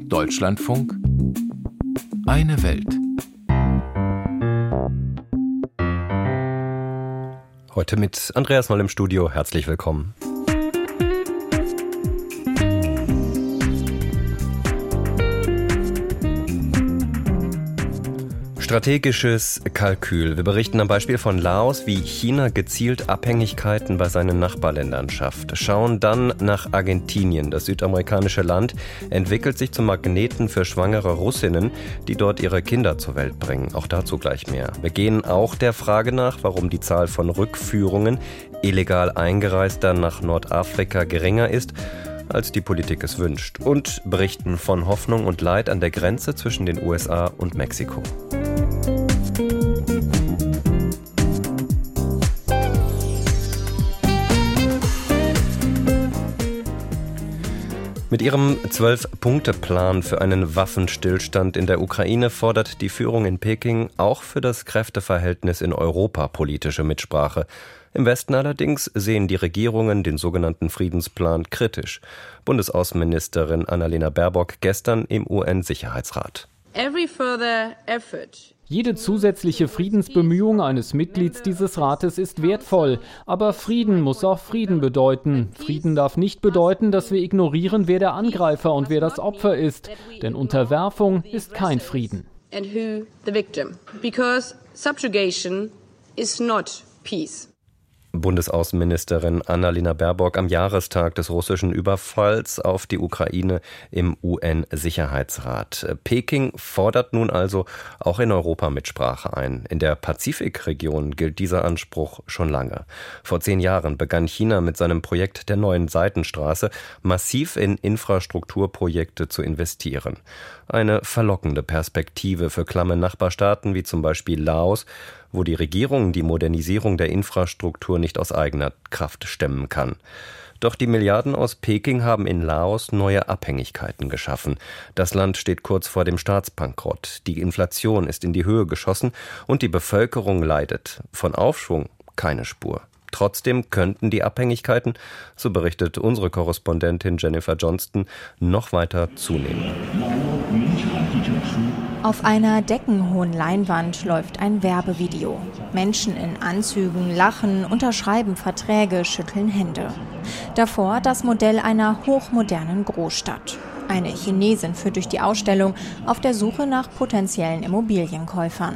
Deutschlandfunk. Eine Welt. Heute mit Andreas Noll im Studio. Herzlich willkommen. Strategisches Kalkül. Wir berichten am Beispiel von Laos, wie China gezielt Abhängigkeiten bei seinen Nachbarländern schafft. Schauen dann nach Argentinien. Das südamerikanische Land entwickelt sich zum Magneten für schwangere Russinnen, die dort ihre Kinder zur Welt bringen. Auch dazu gleich mehr. Wir gehen auch der Frage nach, warum die Zahl von Rückführungen illegal Eingereister nach Nordafrika geringer ist, als die Politik es wünscht. Und berichten von Hoffnung und Leid an der Grenze zwischen den USA und Mexiko. Mit ihrem 12-Punkte-Plan für einen Waffenstillstand in der Ukraine fordert die Führung in Peking auch für das Kräfteverhältnis in Europa politische Mitsprache. Im Westen allerdings sehen die Regierungen den sogenannten Friedensplan kritisch. Bundesaußenministerin Annalena Baerbock gestern im UN-Sicherheitsrat. Jede zusätzliche Friedensbemühung eines Mitglieds dieses Rates ist wertvoll. Aber Frieden muss auch Frieden bedeuten. Frieden darf nicht bedeuten, dass wir ignorieren, wer der Angreifer und wer das Opfer ist. Denn Unterwerfung ist kein Frieden. Bundesaußenministerin Annalena Baerbock am Jahrestag des russischen Überfalls auf die Ukraine im UN-Sicherheitsrat. Peking fordert nun also auch in Europa Mitsprache ein. In der Pazifikregion gilt dieser Anspruch schon lange. Vor 10 Jahren begann China mit seinem Projekt der neuen Seidenstraße massiv in Infrastrukturprojekte zu investieren. Eine verlockende Perspektive für klamme Nachbarstaaten wie zum Beispiel Laos, wo die Regierung die Modernisierung der Infrastruktur nicht aus eigener Kraft stemmen kann. Doch die Milliarden aus Peking haben in Laos neue Abhängigkeiten geschaffen. Das Land steht kurz vor dem Staatsbankrott. Die Inflation ist in die Höhe geschossen und die Bevölkerung leidet. Von Aufschwung keine Spur. Trotzdem könnten die Abhängigkeiten, so berichtet unsere Korrespondentin Jennifer Johnston, noch weiter zunehmen. Auf einer deckenhohen Leinwand läuft ein Werbevideo. Menschen in Anzügen lachen, unterschreiben Verträge, schütteln Hände. Davor das Modell einer hochmodernen Großstadt. Eine Chinesin führt durch die Ausstellung auf der Suche nach potenziellen Immobilienkäufern.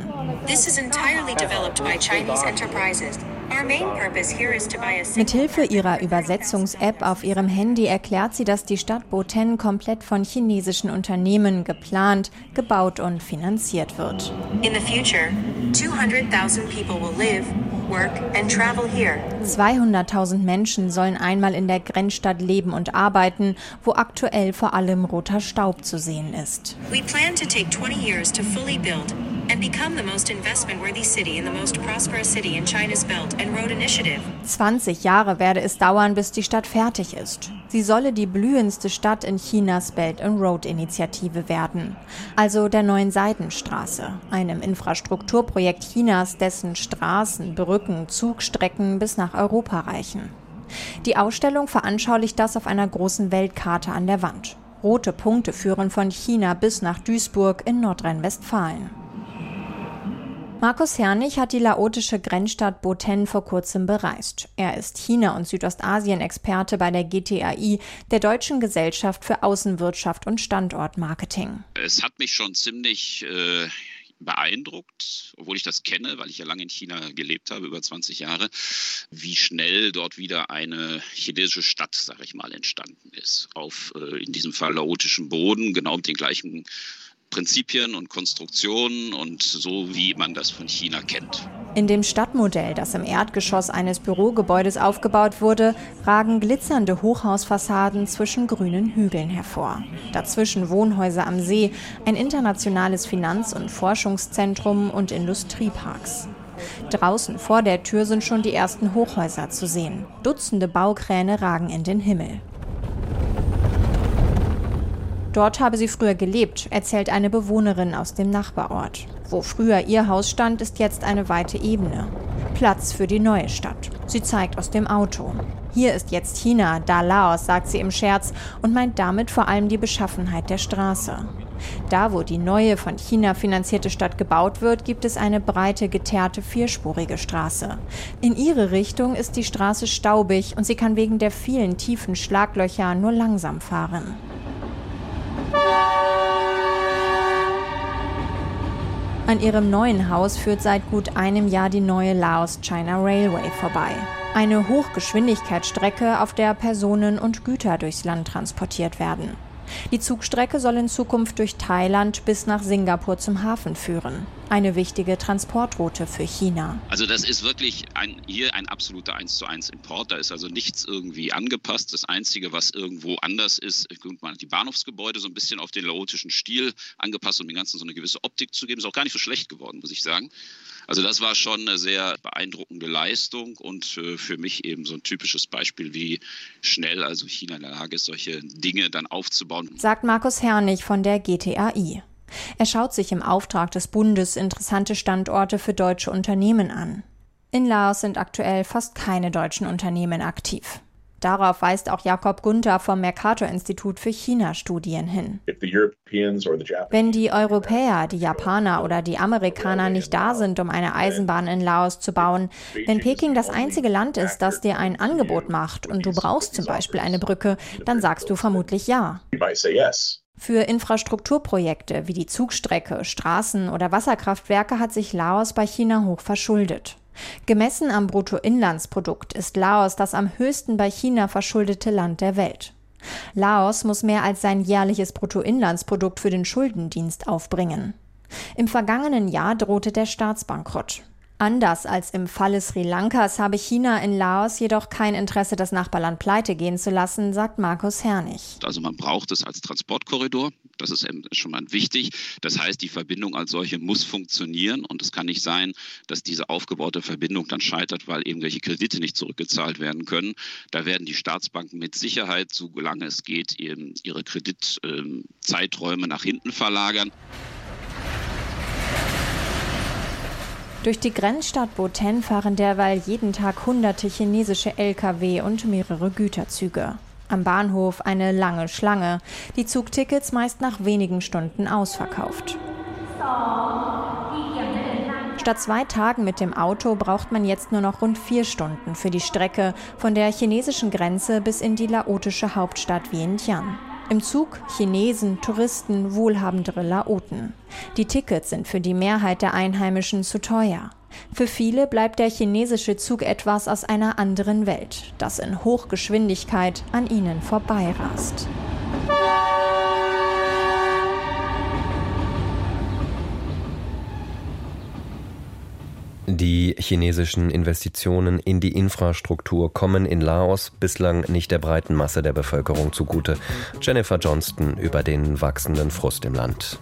Mithilfe ihrer Übersetzungs-App auf ihrem Handy erklärt sie, dass die Stadt Boten komplett von chinesischen Unternehmen geplant, gebaut und finanziert wird. In the future, 200,000 people will live, work and travel here. 200.000 Menschen sollen einmal in der Grenzstadt leben und arbeiten, wo aktuell vor allem roter Staub zu sehen ist. We plan to take 20 years to fully build and become the most investment-worthy city in the most prosperous city in China's Belt and Road Initiative. 20 Jahre werde es dauern, bis die Stadt fertig ist. Sie solle die blühendste Stadt in Chinas Belt and Road Initiative werden, also der neuen Seidenstraße, einem Infrastrukturprojekt Chinas, dessen Straßen, Brücken, Zugstrecken bis nach Europa reichen. Die Ausstellung veranschaulicht das auf einer großen Weltkarte an der Wand. Rote Punkte führen von China bis nach Duisburg in Nordrhein-Westfalen. Markus Herrnig hat die laotische Grenzstadt Boten vor kurzem bereist. Er ist China- und Südostasien-Experte bei der GTAI, der Deutschen Gesellschaft für Außenwirtschaft und Standortmarketing. Es hat mich schon ziemlich beeindruckt, obwohl ich das kenne, weil ich ja lange in China gelebt habe, über 20 Jahre, wie schnell dort wieder eine chinesische Stadt, sage ich mal, entstanden ist. Auf in diesem Fall laotischem Boden, genau mit den gleichen Prinzipien und Konstruktionen und so, wie man das von China kennt. In dem Stadtmodell, das im Erdgeschoss eines Bürogebäudes aufgebaut wurde, ragen glitzernde Hochhausfassaden zwischen grünen Hügeln hervor. Dazwischen Wohnhäuser am See, ein internationales Finanz- und Forschungszentrum und Industrieparks. Draußen vor der Tür sind schon die ersten Hochhäuser zu sehen. Dutzende Baukräne ragen in den Himmel. Dort habe sie früher gelebt, erzählt eine Bewohnerin aus dem Nachbarort. Wo früher ihr Haus stand, ist jetzt eine weite Ebene. Platz für die neue Stadt. Sie zeigt aus dem Auto. Hier ist jetzt China, da Laos, sagt sie im Scherz und meint damit vor allem die Beschaffenheit der Straße. Da, wo die neue, von China finanzierte Stadt gebaut wird, gibt es eine breite, geteerte, vierspurige Straße. In ihre Richtung ist die Straße staubig und sie kann wegen der vielen tiefen Schlaglöcher nur langsam fahren. An ihrem neuen Haus führt seit gut einem Jahr die neue Laos-China Railway vorbei. Eine Hochgeschwindigkeitsstrecke, auf der Personen und Güter durchs Land transportiert werden. Die Zugstrecke soll in Zukunft durch Thailand bis nach Singapur zum Hafen führen. Eine wichtige Transportroute für China. Also das ist wirklich hier ein absoluter 1:1 Import. Da ist also nichts irgendwie angepasst. Das Einzige, was irgendwo anders ist, man hat die Bahnhofsgebäude so ein bisschen auf den laotischen Stil angepasst, um dem Ganzen so eine gewisse Optik zu geben. Ist auch gar nicht so schlecht geworden, muss ich sagen. Also das war schon eine sehr beeindruckende Leistung und für mich eben so ein typisches Beispiel, wie schnell also China in der Lage ist, solche Dinge dann aufzubauen. Sagt Markus Herrnig von der GTAI. Er schaut sich im Auftrag des Bundes interessante Standorte für deutsche Unternehmen an. In Laos sind aktuell fast keine deutschen Unternehmen aktiv. Darauf weist auch Jakob Gunther vom Mercator-Institut für China-Studien hin. Wenn die Europäer, die Japaner oder die Amerikaner nicht da sind, um eine Eisenbahn in Laos zu bauen, wenn Peking das einzige Land ist, das dir ein Angebot macht und du brauchst zum Beispiel eine Brücke, dann sagst du vermutlich ja. Für Infrastrukturprojekte wie die Zugstrecke, Straßen oder Wasserkraftwerke hat sich Laos bei China hoch verschuldet. Gemessen am Bruttoinlandsprodukt ist Laos das am höchsten bei China verschuldete Land der Welt. Laos muss mehr als sein jährliches Bruttoinlandsprodukt für den Schuldendienst aufbringen. Im vergangenen Jahr drohte der Staatsbankrott. Anders als im Falle Sri Lankas habe China in Laos jedoch kein Interesse, das Nachbarland pleite gehen zu lassen, sagt Markus Herrnig. Also man braucht es als Transportkorridor, das ist schon mal wichtig. Das heißt, die Verbindung als solche muss funktionieren und es kann nicht sein, dass diese aufgebaute Verbindung dann scheitert, weil irgendwelche Kredite nicht zurückgezahlt werden können. Da werden die Staatsbanken mit Sicherheit, solange es geht, ihre Kreditzeiträume nach hinten verlagern. Durch die Grenzstadt Bo-Ten fahren derweil jeden Tag hunderte chinesische Lkw und mehrere Güterzüge. Am Bahnhof eine lange Schlange, die Zugtickets meist nach wenigen Stunden ausverkauft. Statt 2 Tagen mit dem Auto braucht man jetzt nur noch rund 4 Stunden für die Strecke von der chinesischen Grenze bis in die laotische Hauptstadt Vientiane. Im Zug Chinesen, Touristen, wohlhabendere Laoten. Die Tickets sind für die Mehrheit der Einheimischen zu teuer. Für viele bleibt der chinesische Zug etwas aus einer anderen Welt, das in Hochgeschwindigkeit an ihnen vorbeirast. Die chinesischen Investitionen in die Infrastruktur kommen in Laos bislang nicht der breiten Masse der Bevölkerung zugute. Jennifer Johnston über den wachsenden Frust im Land.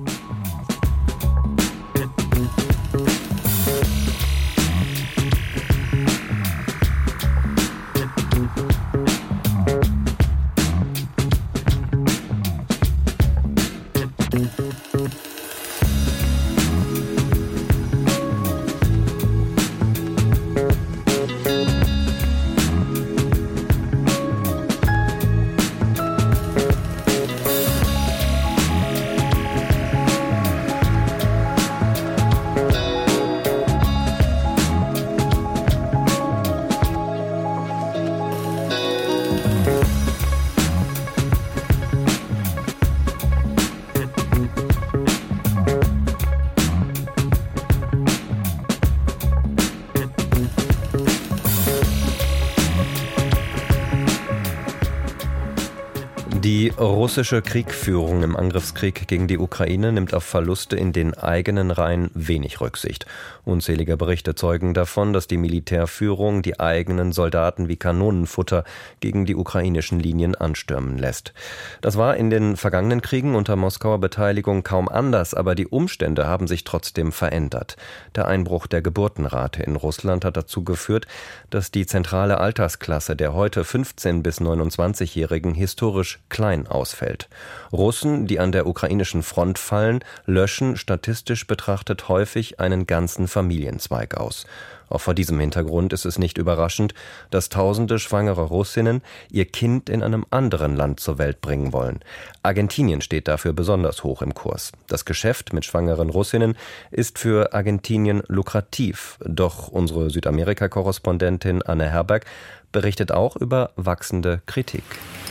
Die russische Kriegführung im Angriffskrieg gegen die Ukraine nimmt auf Verluste in den eigenen Reihen wenig Rücksicht. Unzählige Berichte zeugen davon, dass die Militärführung die eigenen Soldaten wie Kanonenfutter gegen die ukrainischen Linien anstürmen lässt. Das war in den vergangenen Kriegen unter Moskauer Beteiligung kaum anders, aber die Umstände haben sich trotzdem verändert. Der Einbruch der Geburtenrate in Russland hat dazu geführt, dass die zentrale Altersklasse der heute 15- bis 29-Jährigen historisch klein ausfällt. Russen, die an der ukrainischen Front fallen, löschen statistisch betrachtet häufig einen ganzen Familienzweig aus. Auch vor diesem Hintergrund ist es nicht überraschend, dass tausende schwangere Russinnen ihr Kind in einem anderen Land zur Welt bringen wollen. Argentinien steht dafür besonders hoch im Kurs. Das Geschäft mit schwangeren Russinnen ist für Argentinien lukrativ. Doch unsere Südamerika-Korrespondentin Anne Herberg berichtet auch über wachsende Kritik.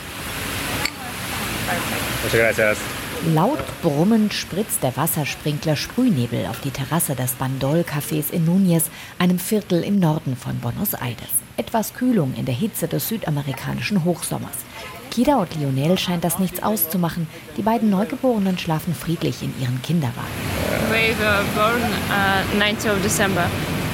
Laut brummend spritzt der Wassersprinkler Sprühnebel auf die Terrasse des Bandol-Cafés in Núñez, einem Viertel im Norden von Buenos Aires. Etwas Kühlung in der Hitze des südamerikanischen Hochsommers. Kira und Lionel scheint das nichts auszumachen. Die beiden Neugeborenen schlafen friedlich in ihren Kinderwagen. We were born 19th of December.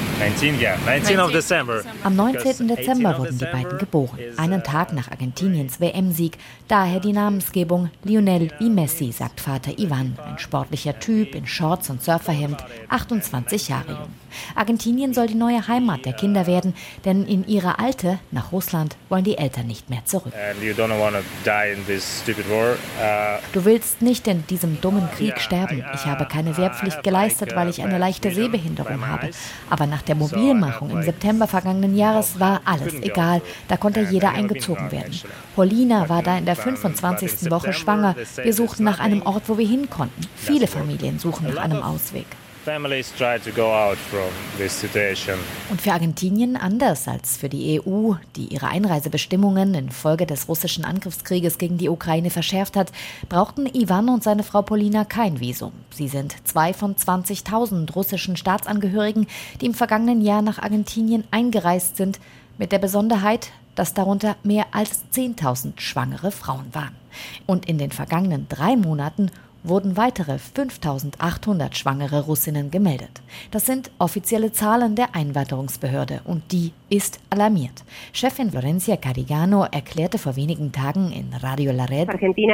Am 19. Dezember wurden die beiden geboren, einen Tag nach Argentiniens WM-Sieg. Daher die Namensgebung Lionel wie Messi, sagt Vater Ivan, ein sportlicher Typ in Shorts und Surferhemd, 28 Jahre jung. Argentinien soll die neue Heimat der Kinder werden, denn in ihre alte, nach Russland, wollen die Eltern nicht mehr zurück. Du willst nicht in diesem dummen Krieg sterben. Ich habe keine Wehrpflicht geleistet, weil ich eine leichte Sehbehinderung habe. Aber nach der Mobilmachung im September vergangenen Jahres war alles egal. Da konnte jeder eingezogen werden. Paulina war da in der 25. Woche schwanger. Wir suchten nach einem Ort, wo wir hin konnten. Viele Familien suchen nach einem Ausweg. Und für Argentinien, anders als für die EU, die ihre Einreisebestimmungen infolge des russischen Angriffskrieges gegen die Ukraine verschärft hat, brauchten Ivan und seine Frau Paulina kein Visum. Sie sind 2 von 20.000 russischen Staatsangehörigen, die im vergangenen Jahr nach Argentinien eingereist sind, mit der Besonderheit, dass darunter mehr als 10.000 schwangere Frauen waren. Und in den vergangenen 3 Monaten wurden weitere 5.800 schwangere Russinnen gemeldet. Das sind offizielle Zahlen der Einwanderungsbehörde und die ist alarmiert. Chefin Florencia Carigano erklärte vor wenigen Tagen in Radio La Red,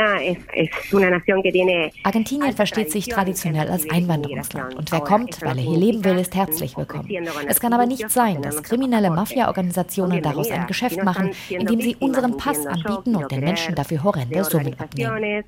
Argentinien versteht sich traditionell als Einwanderungsland und wer kommt, weil er hier leben will, ist herzlich willkommen. Es kann aber nicht sein, dass kriminelle Mafia-Organisationen daraus ein Geschäft machen, indem sie unseren Pass anbieten und den Menschen dafür horrende Summen abnehmen.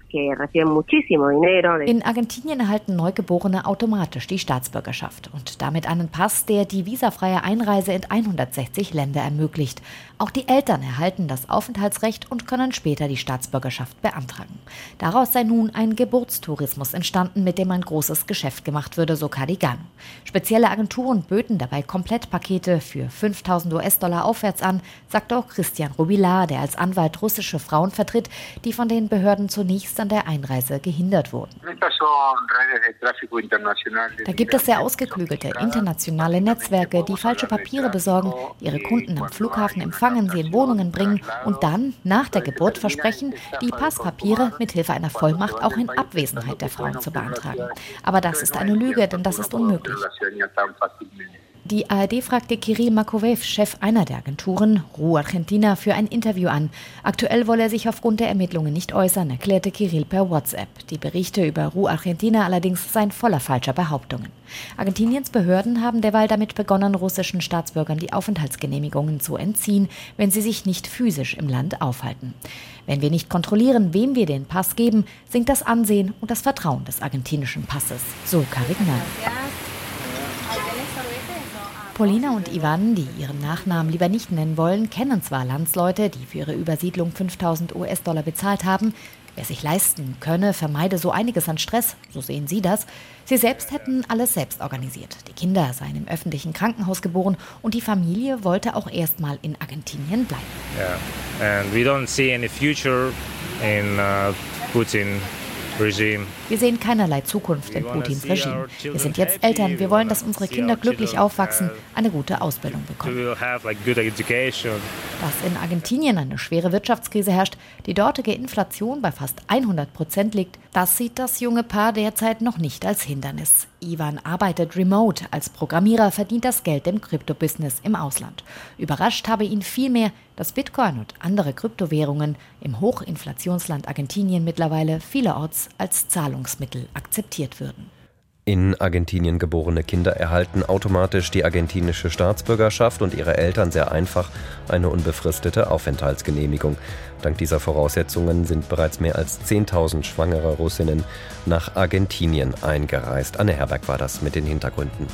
In Argentinien erhalten Neugeborene automatisch die Staatsbürgerschaft und damit einen Pass, der die visafreie Einreise in 160 Länder ermöglicht. Auch die Eltern erhalten das Aufenthaltsrecht und können später die Staatsbürgerschaft beantragen. Daraus sei nun ein Geburtstourismus entstanden, mit dem ein großes Geschäft gemacht würde, so Carigano. Spezielle Agenturen böten dabei Komplettpakete für 5.000 US-Dollar aufwärts an, sagt auch Christian Rubilar, der als Anwalt russische Frauen vertritt, die von den Behörden zunächst an der Einreise gehindert wurden. Da gibt es sehr ausgeklügelte internationale Netzwerke, die falsche Papiere besorgen, ihre Kunden am Flughafen empfangen, sie in Wohnungen bringen und dann, nach der Geburt, versprechen, die Passpapiere mithilfe einer Vollmacht auch in Abwesenheit der Frauen zu beantragen. Aber das ist eine Lüge, denn das ist unmöglich. Die ARD fragte Kirill Makovev, Chef einer der Agenturen, RU Argentina, für ein Interview an. Aktuell wolle er sich aufgrund der Ermittlungen nicht äußern, erklärte Kirill per WhatsApp. Die Berichte über RU Argentina allerdings seien voller falscher Behauptungen. Argentiniens Behörden haben derweil damit begonnen, russischen Staatsbürgern die Aufenthaltsgenehmigungen zu entziehen, wenn sie sich nicht physisch im Land aufhalten. Wenn wir nicht kontrollieren, wem wir den Pass geben, sinkt das Ansehen und das Vertrauen des argentinischen Passes, so Carignan. Paulina und Ivan, die ihren Nachnamen lieber nicht nennen wollen, kennen zwar Landsleute, die für ihre Übersiedlung 5.000 US-Dollar bezahlt haben. Wer sich leisten könne, vermeide so einiges an Stress, so sehen sie das. Sie selbst hätten alles selbst organisiert. Die Kinder seien im öffentlichen Krankenhaus geboren und die Familie wollte auch erstmal in Argentinien bleiben. Yeah. And we don't see any future in Putin. Wir sehen keinerlei Zukunft in Putins Regime. Wir sind jetzt Eltern. Wir wollen, dass unsere Kinder glücklich aufwachsen, eine gute Ausbildung bekommen. Dass in Argentinien eine schwere Wirtschaftskrise herrscht, die dortige Inflation bei fast 100% liegt, das sieht das junge Paar derzeit noch nicht als Hindernis. Ivan arbeitet remote. Als Programmierer verdient das Geld im Krypto-Business im Ausland. Überrascht habe ihn vielmehr, dass Bitcoin und andere Kryptowährungen im Hochinflationsland Argentinien mittlerweile vielerorts als Zahlungsmittel akzeptiert würden. In Argentinien geborene Kinder erhalten automatisch die argentinische Staatsbürgerschaft und ihre Eltern sehr einfach eine unbefristete Aufenthaltsgenehmigung. Dank dieser Voraussetzungen sind bereits mehr als 10.000 schwangere Russinnen nach Argentinien eingereist. Anne Herberg war das mit den Hintergründen.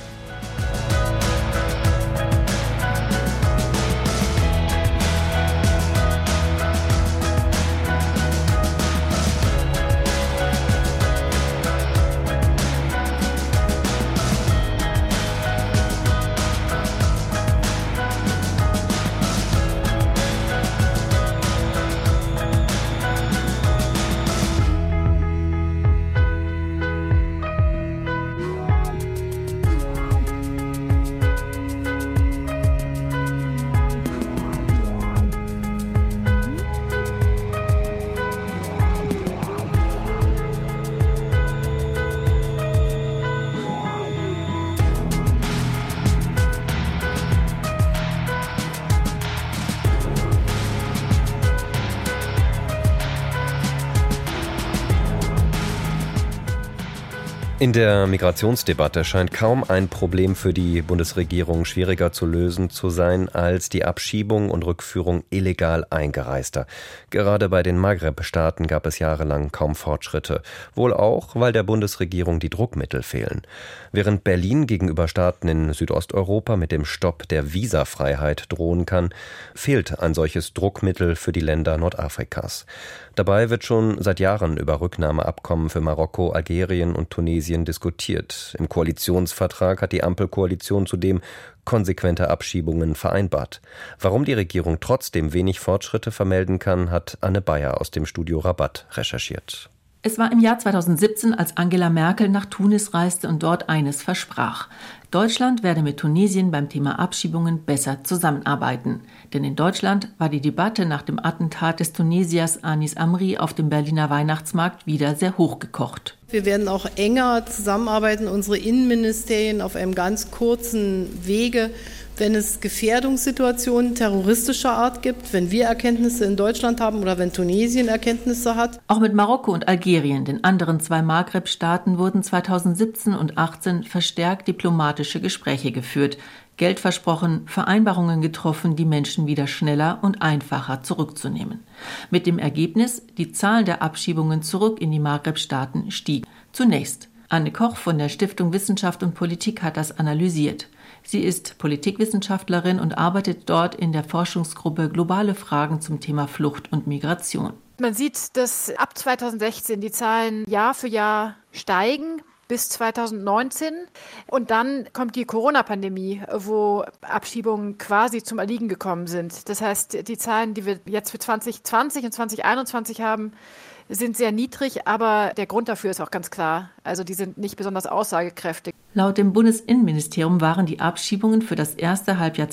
In der Migrationsdebatte scheint kaum ein Problem für die Bundesregierung schwieriger zu lösen zu sein als die Abschiebung und Rückführung illegal Eingereister. Gerade bei den Maghreb-Staaten gab es jahrelang kaum Fortschritte. Wohl auch, weil der Bundesregierung die Druckmittel fehlen. Während Berlin gegenüber Staaten in Südosteuropa mit dem Stopp der Visafreiheit drohen kann, fehlt ein solches Druckmittel für die Länder Nordafrikas. Dabei wird schon seit Jahren über Rücknahmeabkommen für Marokko, Algerien und Tunesien diskutiert. Im Koalitionsvertrag hat die Ampelkoalition zudem konsequente Abschiebungen vereinbart. Warum die Regierung trotzdem wenig Fortschritte vermelden kann, hat Anne Bayer aus dem Studio Rabat recherchiert. Es war im Jahr 2017, als Angela Merkel nach Tunis reiste und dort eines versprach: Deutschland werde mit Tunesien beim Thema Abschiebungen besser zusammenarbeiten. Denn in Deutschland war die Debatte nach dem Attentat des Tunesiers Anis Amri auf dem Berliner Weihnachtsmarkt wieder sehr hochgekocht. Wir werden auch enger zusammenarbeiten, unsere Innenministerien auf einem ganz kurzen Wege, wenn es Gefährdungssituationen terroristischer Art gibt, wenn wir Erkenntnisse in Deutschland haben oder wenn Tunesien Erkenntnisse hat. Auch mit Marokko und Algerien, den anderen 2 Maghreb-Staaten, wurden 2017 und 2018 verstärkt diplomatische Gespräche geführt, Geld versprochen, Vereinbarungen getroffen, die Menschen wieder schneller und einfacher zurückzunehmen. Mit dem Ergebnis, die Zahl der Abschiebungen zurück in die Maghreb-Staaten stieg. Zunächst. Anne Koch von der Stiftung Wissenschaft und Politik hat das analysiert. Sie ist Politikwissenschaftlerin und arbeitet dort in der Forschungsgruppe Globale Fragen zum Thema Flucht und Migration. Man sieht, dass ab 2016 die Zahlen Jahr für Jahr steigen bis 2019. Und dann kommt die Corona-Pandemie, wo Abschiebungen quasi zum Erliegen gekommen sind. Das heißt, die Zahlen, die wir jetzt für 2020 und 2021 haben, sind sehr niedrig, aber der Grund dafür ist auch ganz klar. Also die sind nicht besonders aussagekräftig. Laut dem Bundesinnenministerium waren die Abschiebungen für das erste Halbjahr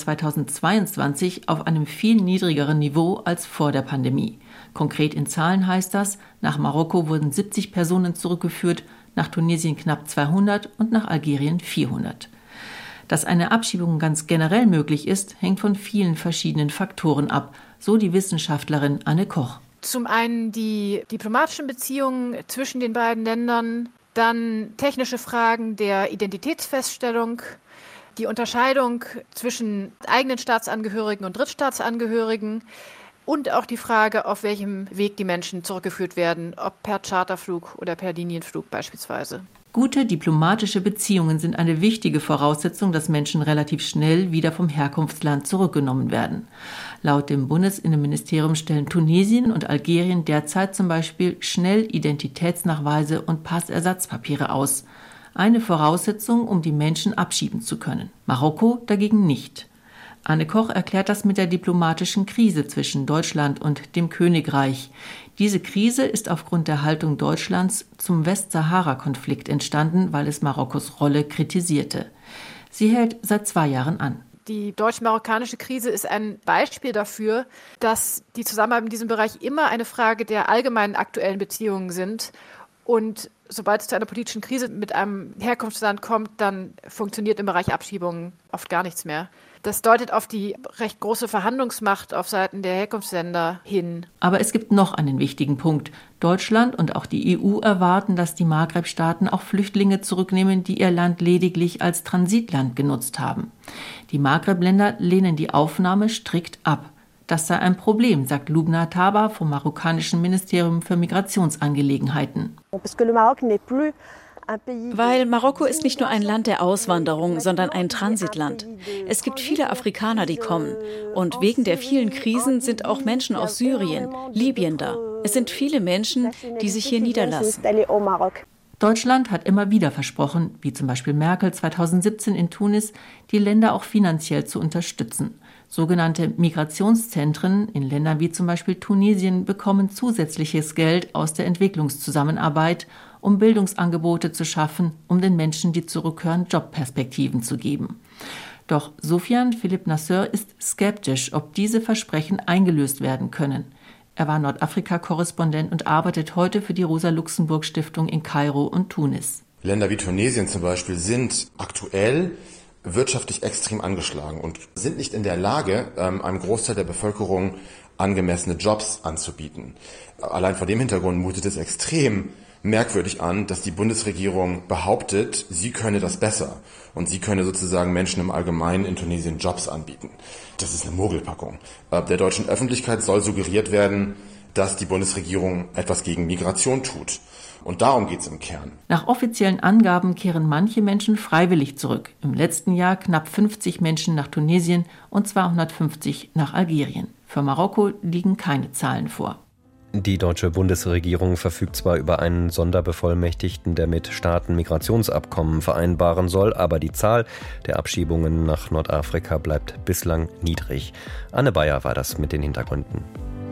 2022 auf einem viel niedrigeren Niveau als vor der Pandemie. Konkret in Zahlen heißt das, nach Marokko wurden 70 Personen zurückgeführt, nach Tunesien knapp 200 und nach Algerien 400. Dass eine Abschiebung ganz generell möglich ist, hängt von vielen verschiedenen Faktoren ab, so die Wissenschaftlerin Anne Koch. Zum einen die diplomatischen Beziehungen zwischen den beiden Ländern, dann technische Fragen der Identitätsfeststellung, die Unterscheidung zwischen eigenen Staatsangehörigen und Drittstaatsangehörigen und auch die Frage, auf welchem Weg die Menschen zurückgeführt werden, ob per Charterflug oder per Linienflug beispielsweise. Gute diplomatische Beziehungen sind eine wichtige Voraussetzung, dass Menschen relativ schnell wieder vom Herkunftsland zurückgenommen werden. Laut dem Bundesinnenministerium stellen Tunesien und Algerien derzeit zum Beispiel schnell Identitätsnachweise und Passersatzpapiere aus. Eine Voraussetzung, um die Menschen abschieben zu können. Marokko dagegen nicht. Anne Koch erklärt das mit der diplomatischen Krise zwischen Deutschland und dem Königreich. Diese Krise ist aufgrund der Haltung Deutschlands zum Westsahara-Konflikt entstanden, weil es Marokkos Rolle kritisierte. Sie hält seit 2 Jahren an. Die deutsch-marokkanische Krise ist ein Beispiel dafür, dass die Zusammenarbeit in diesem Bereich immer eine Frage der allgemeinen aktuellen Beziehungen sind und sobald es zu einer politischen Krise mit einem Herkunftsland kommt, dann funktioniert im Bereich Abschiebungen oft gar nichts mehr. Das deutet auf die recht große Verhandlungsmacht auf Seiten der Herkunftsländer hin. Aber es gibt noch einen wichtigen Punkt. Deutschland und auch die EU erwarten, dass die Maghreb-Staaten auch Flüchtlinge zurücknehmen, die ihr Land lediglich als Transitland genutzt haben. Die Maghreb-Länder lehnen die Aufnahme strikt ab. Das sei ein Problem, sagt Lubna Taba vom marokkanischen Ministerium für Migrationsangelegenheiten. Weil Marokko ist nicht nur ein Land der Auswanderung, sondern ein Transitland. Es gibt viele Afrikaner, die kommen. Und wegen der vielen Krisen sind auch Menschen aus Syrien, Libyen da. Es sind viele Menschen, die sich hier niederlassen. Deutschland hat immer wieder versprochen, wie zum Beispiel Merkel 2017 in Tunis, die Länder auch finanziell zu unterstützen. Sogenannte Migrationszentren in Ländern wie zum Beispiel Tunesien bekommen zusätzliches Geld aus der Entwicklungszusammenarbeit, um Bildungsangebote zu schaffen, um den Menschen, die zurückkehren, Jobperspektiven zu geben. Doch Soufiane Philippe Nasseur ist skeptisch, ob diese Versprechen eingelöst werden können. Er war Nordafrika-Korrespondent und arbeitet heute für die Rosa-Luxemburg-Stiftung in Kairo und Tunis. Länder wie Tunesien zum Beispiel sind aktuell wirtschaftlich extrem angeschlagen und sind nicht in der Lage, einem Großteil der Bevölkerung angemessene Jobs anzubieten. Allein vor dem Hintergrund mutet es extrem merkwürdig an, dass die Bundesregierung behauptet, sie könne das besser und sie könne sozusagen Menschen im Allgemeinen in Tunesien Jobs anbieten. Das ist eine Mogelpackung. Der deutschen Öffentlichkeit soll suggeriert werden, dass die Bundesregierung etwas gegen Migration tut. Und darum geht es im Kern. Nach offiziellen Angaben kehren manche Menschen freiwillig zurück. Im letzten Jahr knapp 50 Menschen nach Tunesien und 250 nach Algerien. Für Marokko liegen keine Zahlen vor. Die deutsche Bundesregierung verfügt zwar über einen Sonderbevollmächtigten, der mit Staaten Migrationsabkommen vereinbaren soll, aber die Zahl der Abschiebungen nach Nordafrika bleibt bislang niedrig. Anne Bayer war das mit den Hintergründen.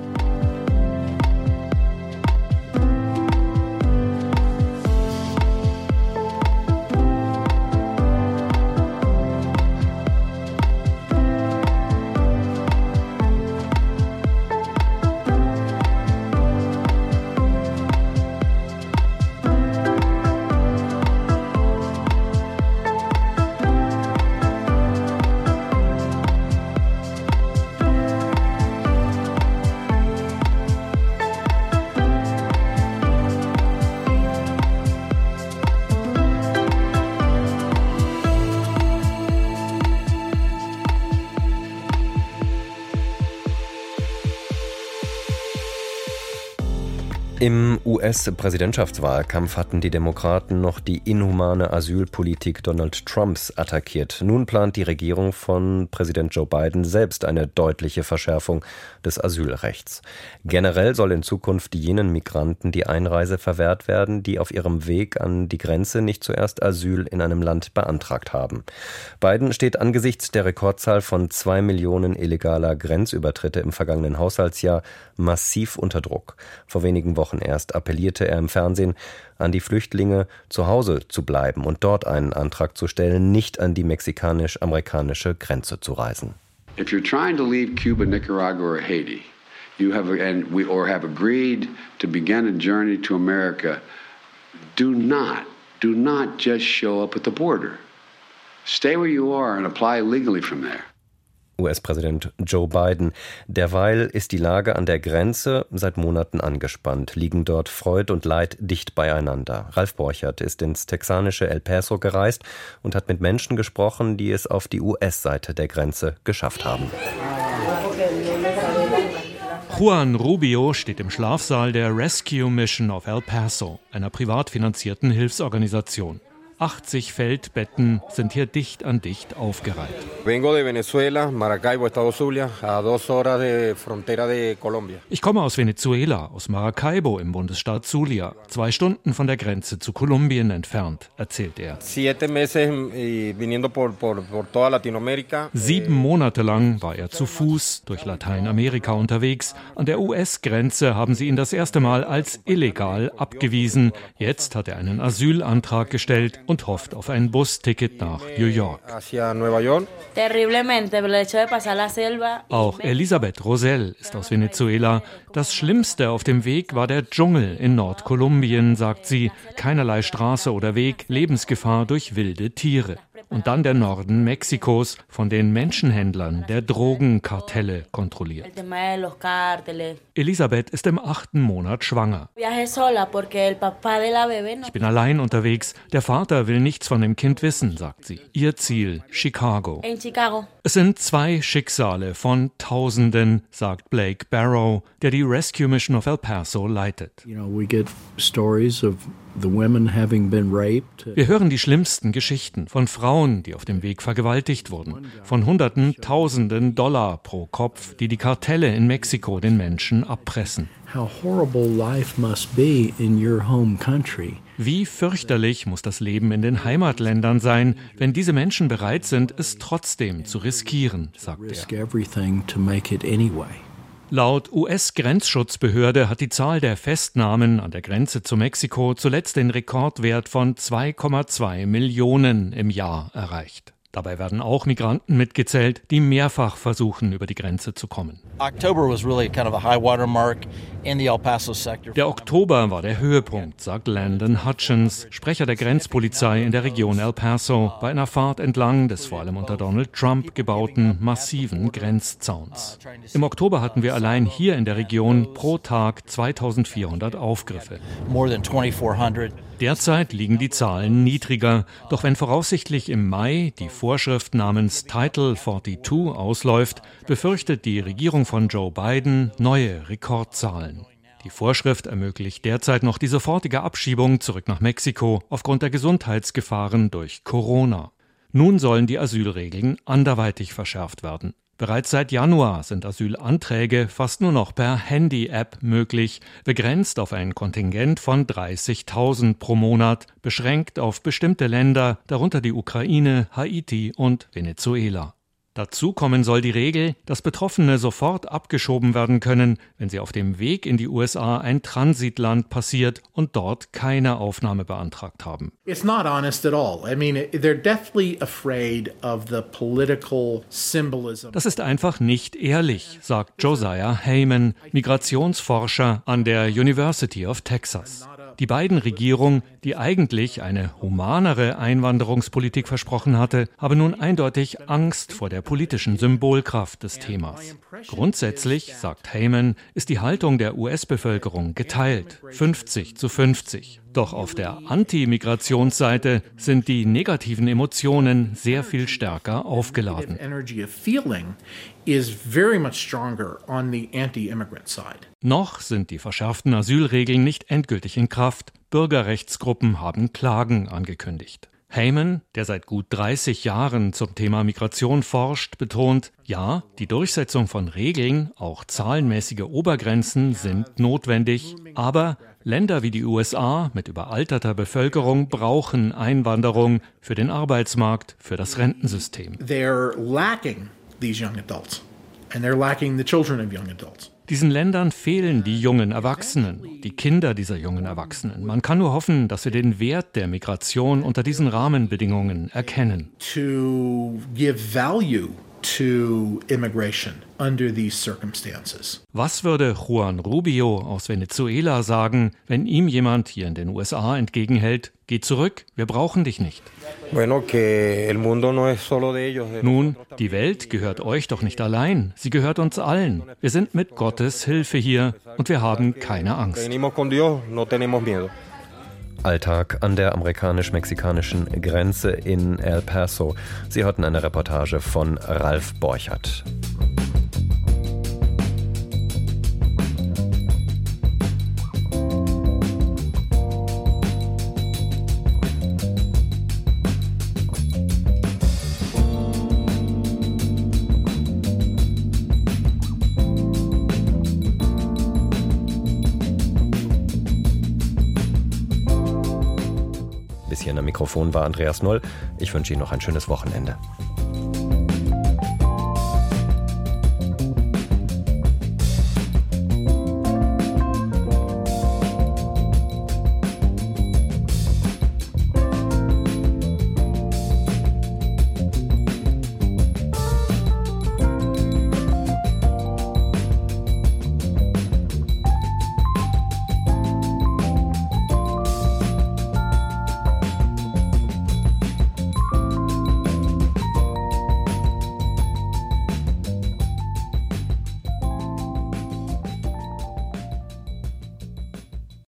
Im US-Präsidentschaftswahlkampf hatten die Demokraten noch die inhumane Asylpolitik Donald Trumps attackiert. Nun plant die Regierung von Präsident Joe Biden selbst eine deutliche Verschärfung des Asylrechts. Generell soll in Zukunft jenen Migranten die Einreise verwehrt werden, die auf ihrem Weg an die Grenze nicht zuerst Asyl in einem Land beantragt haben. Biden steht angesichts der Rekordzahl von 2 Millionen illegaler Grenzübertritte im vergangenen Haushaltsjahr massiv unter Druck. Vor wenigen Wochen erst appellierte er im Fernsehen an die Flüchtlinge, zu Hause zu bleiben und dort einen Antrag zu stellen, nicht an die mexikanisch-amerikanische Grenze zu reisen. If you're trying to leave Cuba, Nicaragua or Haiti, have agreed to begin a journey to America, do not just show up at the border. Stay where you are and apply legally from there. US-Präsident Joe Biden. Derweil ist die Lage an der Grenze seit Monaten angespannt. Liegen dort Freud und Leid dicht beieinander. Ralf Borchert ist ins texanische El Paso gereist und hat mit Menschen gesprochen, die es auf die US-Seite der Grenze geschafft haben. Juan Rubio steht im Schlafsaal der Rescue Mission auf El Paso, einer privat finanzierten Hilfsorganisation. 80 Feldbetten sind hier dicht an dicht aufgereiht. Ich komme aus Venezuela, aus Maracaibo im Bundesstaat Zulia, 2 Stunden von der Grenze zu Kolumbien entfernt, erzählt er. 7 Monate lang war er zu Fuß durch Lateinamerika unterwegs. An der US-Grenze haben sie ihn das erste Mal als illegal abgewiesen. Jetzt hat er einen Asylantrag gestellt und hofft auf ein Busticket nach New York. Auch Elisabeth Rosell ist aus Venezuela. Das Schlimmste auf dem Weg war der Dschungel in Nordkolumbien, sagt sie. Keinerlei Straße oder Weg, Lebensgefahr durch wilde Tiere. Und dann der Norden Mexikos, von den Menschenhändlern der Drogenkartelle kontrolliert. Elisabeth ist im 8. Monat schwanger. Ich bin allein unterwegs. Der Vater will nichts von dem Kind wissen, sagt sie. Ihr Ziel, Chicago. Es sind 2 Schicksale von Tausenden, sagt Blake Barrow, der die Rescue Mission of El Paso leitet. Wir hören die schlimmsten Geschichten von Frauen, die auf dem Weg vergewaltigt wurden, von Hunderten, Tausenden Dollar pro Kopf, die die Kartelle in Mexiko den Menschen abpressen. Wie fürchterlich muss das Leben in den Heimatländern sein, wenn diese Menschen bereit sind, es trotzdem zu riskieren, sagt er. Laut US-Grenzschutzbehörde hat die Zahl der Festnahmen an der Grenze zu Mexiko zuletzt den Rekordwert von 2,2 Millionen im Jahr erreicht. Dabei werden auch Migranten mitgezählt, die mehrfach versuchen, über die Grenze zu kommen. Der Oktober war der Höhepunkt, sagt Landon Hutchins, Sprecher der Grenzpolizei in der Region El Paso, bei einer Fahrt entlang des vor allem unter Donald Trump gebauten massiven Grenzzauns. Im Oktober hatten wir allein hier in der Region pro Tag 2400 Aufgriffe. Derzeit liegen die Zahlen niedriger, doch wenn voraussichtlich im Mai die Vorschrift namens Title 42 ausläuft, befürchtet die Regierung von Joe Biden neue Rekordzahlen. Die Vorschrift ermöglicht derzeit noch die sofortige Abschiebung zurück nach Mexiko aufgrund der Gesundheitsgefahren durch Corona. Nun sollen die Asylregeln anderweitig verschärft werden. Bereits seit Januar sind Asylanträge fast nur noch per Handy-App möglich, begrenzt auf ein Kontingent von 30.000 pro Monat, beschränkt auf bestimmte Länder, darunter die Ukraine, Haiti und Venezuela. Dazu kommen soll die Regel, dass Betroffene sofort abgeschoben werden können, wenn sie auf dem Weg in die USA ein Transitland passiert und dort keine Aufnahme beantragt haben. It's not honest at all. I mean, they're deathly afraid of the political symbolism. Das ist einfach nicht ehrlich, sagt Josiah Heyman, Migrationsforscher an der University of Texas. Die Biden-Regierung, die eigentlich eine humanere Einwanderungspolitik versprochen hatte, habe nun eindeutig Angst vor der politischen Symbolkraft des Themas. Grundsätzlich, sagt Heyman, ist die Haltung der US-Bevölkerung geteilt, 50-50. Doch auf der Anti-Migrationsseite sind die negativen Emotionen sehr viel stärker aufgeladen. Noch sind die verschärften Asylregeln nicht endgültig in Kraft. Bürgerrechtsgruppen haben Klagen angekündigt. Heyman, der seit gut 30 Jahren zum Thema Migration forscht, betont, ja, die Durchsetzung von Regeln, auch zahlenmäßige Obergrenzen, sind notwendig, aber Länder wie die USA mit überalterter Bevölkerung brauchen Einwanderung für den Arbeitsmarkt, für das Rentensystem. They're lacking these young adults and they're lacking the children of young adults. Diesen Ländern fehlen die jungen Erwachsenen, die Kinder dieser jungen Erwachsenen. Man kann nur hoffen, dass wir den Wert der Migration unter diesen Rahmenbedingungen erkennen. To give value to immigration under these circumstances. Was würde Juan Rubio aus Venezuela sagen, wenn ihm jemand hier in den USA entgegenhält, geh zurück, wir brauchen dich nicht? Nun, die Welt gehört euch doch nicht allein, sie gehört uns allen. Wir sind mit Gottes Hilfe hier und wir haben keine Angst. Alltag an der amerikanisch-mexikanischen Grenze in El Paso. Sie hörten eine Reportage von Ralf Borchert. Bis hier am Mikrofon war Andreas Noll. Ich wünsche Ihnen noch ein schönes Wochenende.